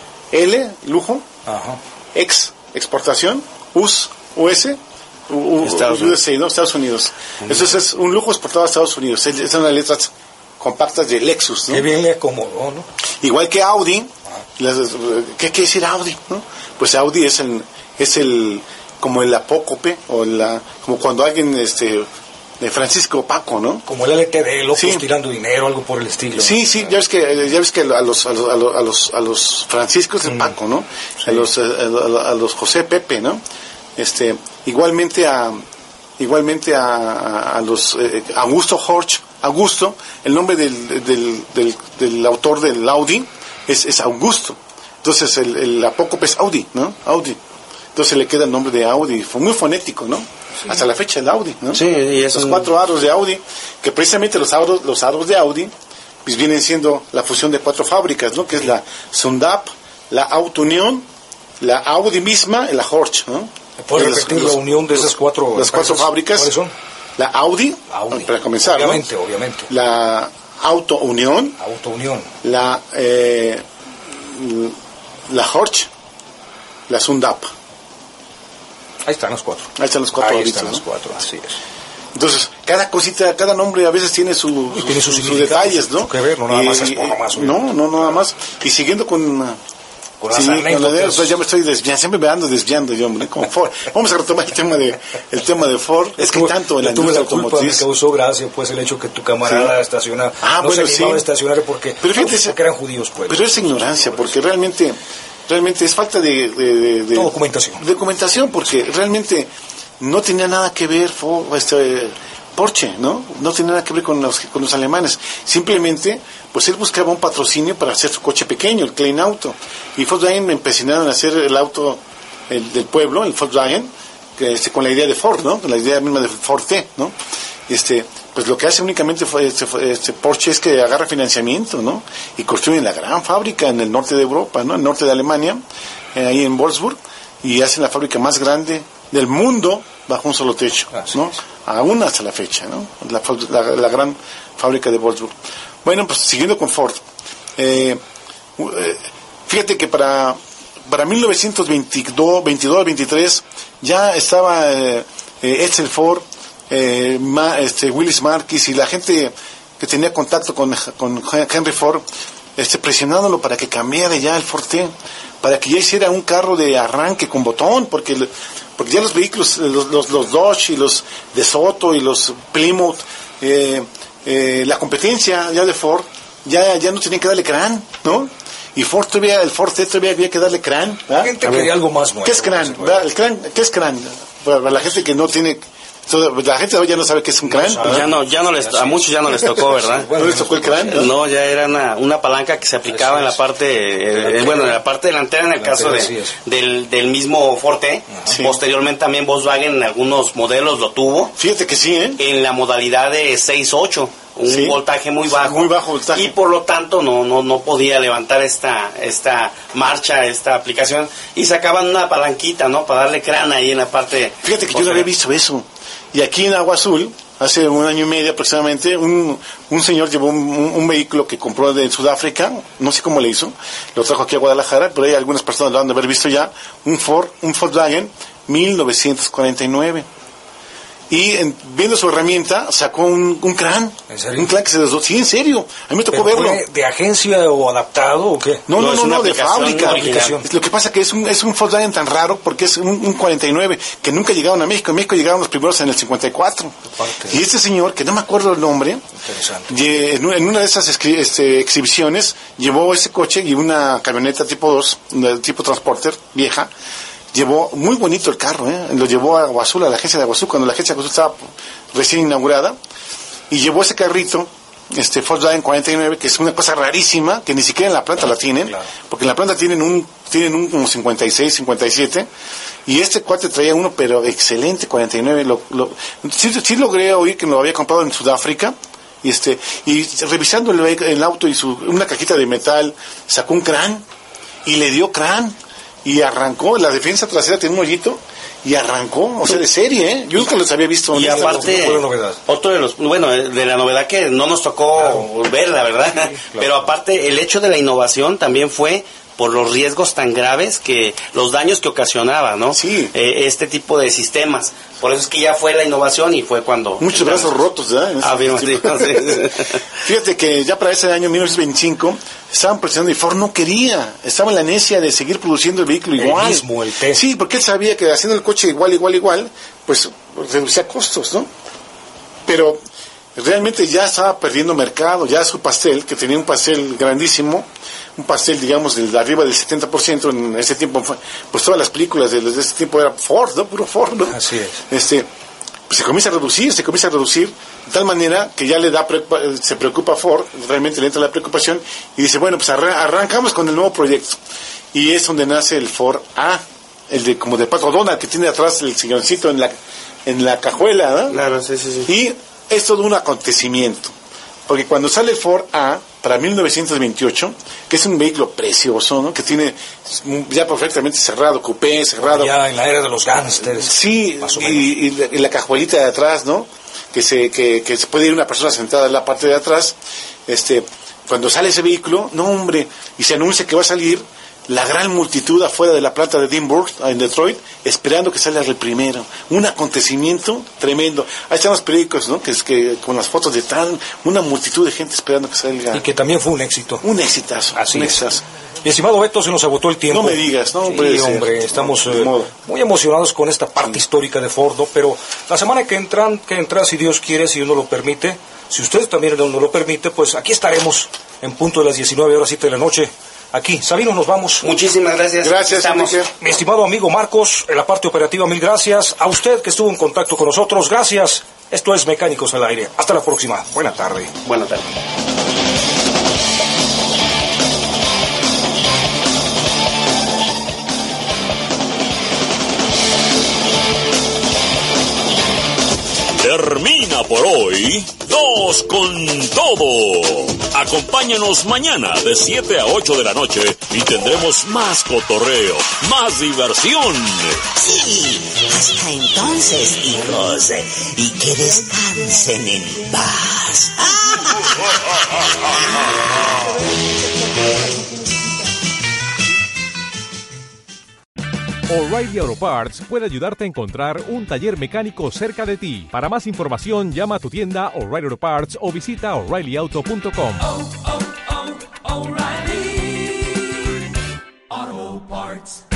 L, lujo. Ajá. X, exportación. U S, U S, U, Estados U S A, ¿no? Estados Unidos. Uh-huh. Eso es un lujo exportado a Estados Unidos. Esas son las letras compactas de Lexus, ¿no? Qué bien le acomodó, ¿no? Igual que Audi. Las, ¿Qué quiere decir Audi? ¿No? Pues Audi es el, es el, como el apócope, o la, como cuando alguien, este, de Francisco Paco, ¿no? Como el L T D, locos sí. tirando dinero, algo por el estilo. Sí, ¿no? sí, ya ves que ya ves que a los a los a los, a los Franciscos de mm. Paco, ¿no? Sí. A los a, a, a los José Pepe, ¿no? Este, igualmente a igualmente a, a, a los eh, Augusto Horch, Augusto, el nombre del del, del del autor del Audi es es Augusto. Entonces el el apócope es Audi, ¿no? Audi. Entonces le queda el nombre de Audi, fue muy fonético, ¿no? Sí. Hasta la fecha el Audi, ¿no? Sí, y los un... cuatro aros de Audi, que precisamente los aros, los aros de Audi, pues vienen siendo la fusión de cuatro fábricas, ¿no? Que es la Sundap, la Auto Unión, la Audi misma y la Horch, ¿no? ¿Puedes repetir la unión de esas cuatro? Las cuatro fábricas. ¿Cuáles son? La Audi, Audi. para comenzar, obviamente, ¿no? Obviamente, la Auto Unión. Auto Unión. La, eh, la Horch, la Sundap. Ahí están los cuatro. Ahí están los cuatro. Ahí ahorita, están ¿no? los cuatro, así es. Entonces, cada cosita, cada nombre a veces tiene, su, sus, tiene sus, sus detalles, ¿no? Que ver, no nada más es por nomás. No, no, nada más. Y siguiendo con, con las Sí, anécdotas. con la, ya me estoy desviando, siempre me ando desviando yo, hombre, como Ford. Vamos a retomar el tema de el tema de Ford. Es que tuve, tanto en la tuve industria la culpa, automotriz. Me causó gracia, pues, el hecho que tu camarada Sí. estaciona, Ah, no bueno, se animaba sí. a estacionar porque, Pero fíjate, no, porque eran judíos, pues. Pero es ignorancia, porque realmente, realmente es falta de, de, de, de No, documentación. de documentación, porque realmente no tenía nada que ver Ford, este, Porsche, ¿no? No tenía nada que ver con los, con los alemanes. Simplemente, pues él buscaba un patrocinio para hacer su coche pequeño, el Klein Auto. Y Volkswagen me empecinaron a hacer el auto el, del pueblo, el Volkswagen, que, este, con la idea de Ford, ¿no? Con la idea misma de Ford T, ¿no? Este, pues lo que hace únicamente fue este, este Porsche es que agarra financiamiento, ¿no? Y construyen la gran fábrica en el norte de Europa, ¿no? En el norte de Alemania, eh, ahí en Wolfsburg, y hacen la fábrica más grande del mundo bajo un solo techo, Así ¿no? es. Aún hasta la fecha, ¿no? La, la, la gran fábrica de Wolfsburg. Bueno, pues siguiendo con Ford, eh, eh, fíjate que para para mil novecientos veintidós, veintidós, veintitrés ya estaba eh, eh, Edsel Ford, eh, Ma, este, Willis Marquis y la gente que tenía contacto con, con Henry Ford, este, presionándolo para que cambiara ya el Ford T, para que ya hiciera un carro de arranque con botón, porque el, porque ya los vehículos, los, los, los Dodge y los De Soto y los Plymouth, eh, eh, la competencia ya de Ford, ya, ya no tenían que darle crán, ¿no? Y Ford todavía, el Ford T todavía había que darle crán. La gente quería algo más nuevo. ¿Qué es crán? El crán, ¿qué es crán? Para la gente que no tiene, la gente ya no sabe qué es un crán. No, ya no, ya no les, a muchos ya no les tocó, ¿verdad? ¿No les tocó el crán? ¿no? No, ya era una, una palanca que se aplicaba en la parte, eh, bueno, en la parte delantera en el caso de, del, del mismo Forte. Sí. Posteriormente también Volkswagen en algunos modelos lo tuvo. Fíjate que sí, ¿eh? En la modalidad de seis ocho, un Sí. voltaje muy bajo. Muy bajo voltaje. Y por lo tanto no, no, no podía levantar esta, esta marcha, esta aplicación. Y sacaban una palanquita, ¿no? Para darle crán ahí en la parte. Fíjate que yo no había visto eso. Y aquí en Agua Azul, hace un año y medio aproximadamente, un, un señor llevó un, un, un vehículo que compró de Sudáfrica, no sé cómo le hizo, lo trajo aquí a Guadalajara, pero hay algunas personas lo han de haber visto ya, un Ford, un Volkswagen mil novecientos cuarenta y nueve. Y en, viendo su herramienta, sacó un, un crán. ¿En serio? Un crán que se desdobló. Sí, en serio. A mí me tocó ¿Pero verlo. fue de agencia o adaptado o qué? No, no, No, es no, una no, de aplicación, fábrica. una aplicación. Lo que pasa que es un, es un Volkswagen tan raro porque es un, un cuarenta y nueve que nunca llegaron a México. En México llegaron los primeros en el cincuenta y cuatro. Aparte. Y este señor, que no me acuerdo el nombre, Interesante. lle- en una, en una de esas escri- este, exhibiciones llevó ese coche y una camioneta tipo dos, una tipo transporter vieja. Llevó muy bonito el carro, ¿eh? Lo llevó a Agua Azul, a la agencia de Agua Azul, cuando la agencia de Agua Azul estaba recién inaugurada. Y llevó ese carrito, este Volkswagen cuarenta y nueve, que es una cosa rarísima, que ni siquiera en la planta la tienen, Claro. porque en la planta tienen un tienen un como cincuenta y seis, cincuenta y siete, y este cuate traía uno, pero excelente, cuarenta y nueve. Lo, lo, sí, sí logré oír que lo había comprado en Sudáfrica, y este y revisando el, vehic- el auto y su una cajita de metal, sacó un crán, y le dio crán, y arrancó, la defensa trasera tiene un hoyito, y arrancó, o sea, de serie, ¿eh? Yo nunca los había visto. Y honestamente. aparte, fue una novedad. otro de los, bueno, de la novedad que no nos tocó ver, la verdad, claro. pero aparte el hecho de la innovación también fue por los riesgos tan graves que los daños que ocasionaba, ¿no? Sí. Eh, este tipo de sistemas. Por eso es que ya fue la innovación y fue cuando... Muchos brazos rotos, ¿verdad? En ese Afirmativo, tipo. sí. Fíjate que ya para ese año mil novecientos veinticinco estaban presionando y Ford no quería, estaba en la necia de seguir produciendo el vehículo El igual. mismo, el T. Sí, porque él sabía que haciendo el coche igual, igual, igual, pues reducía costos, ¿no? Pero realmente ya estaba perdiendo mercado, ya su pastel, que tenía un pastel grandísimo, un pastel, digamos, de arriba del setenta por ciento en ese tiempo, fue- pues todas las películas de, de ese tiempo era Ford, ¿no? Puro Ford, ¿no? Así es. Este, pues se comienza a reducir, se comienza a reducir, de tal manera que ya le da, preocupa- se preocupa a Ford, realmente le entra la preocupación, y dice, bueno, pues arran- arrancamos con el nuevo proyecto. Y es donde nace el Ford A, el de como de Pato Donald, que tiene atrás el silloncito en la, en la cajuela, ¿no? Claro, sí, sí, sí. Y es todo un acontecimiento, porque cuando sale el Ford A para mil novecientos veintiocho, que es un vehículo precioso, ¿no? Que tiene ya perfectamente cerrado, coupé, cerrado. Ya en la era de los gángsters. Sí, más o y, menos. y la, y la cajuelita de atrás, ¿no? Que se, que, que se puede ir una persona sentada en la parte de atrás. Este, cuando sale ese vehículo, no hombre, y se anuncia que va a salir la gran multitud afuera de la planta de Dimburg, en Detroit, esperando que salga el primero. Un acontecimiento tremendo. Ahí están los periódicos, ¿no? Que es que con las fotos de tan, una multitud de gente esperando que salga. Y que también fue un éxito. Un exitazo. Así un es. exitazo. Mi estimado Beto, se nos agotó el tiempo. No me digas, no, sí, puede ser. hombre, estamos De eh, modo. muy emocionados con esta parte sí. histórica de Ford, ¿no? Pero la semana que entran, que entra, si Dios quiere, si Dios nos lo permite, si usted también nos lo permite, pues aquí estaremos en punto de las diecinueve horas siete de la noche. Aquí, Sabino, nos vamos. Muchísimas gracias. Gracias, Estamos. Enrique. Mi estimado amigo Marcos, en la parte operativa, mil gracias. A usted que estuvo en contacto con nosotros, gracias. Esto es Mecánicos al Aire. Hasta la próxima. Buena tarde. Buena tarde. Termina por hoy Dos con Todo. Acompáñanos mañana de siete a ocho de la noche y tendremos más cotorreo, más diversión. Sí, hasta entonces, hijos, y que descansen en paz. O'Reilly Auto Parts puede ayudarte a encontrar un taller mecánico cerca de ti. Para más información, llama a tu tienda O'Reilly Auto Parts o visita O'Reilly Auto punto com. Oh, oh, oh, O'Reilly Auto Parts.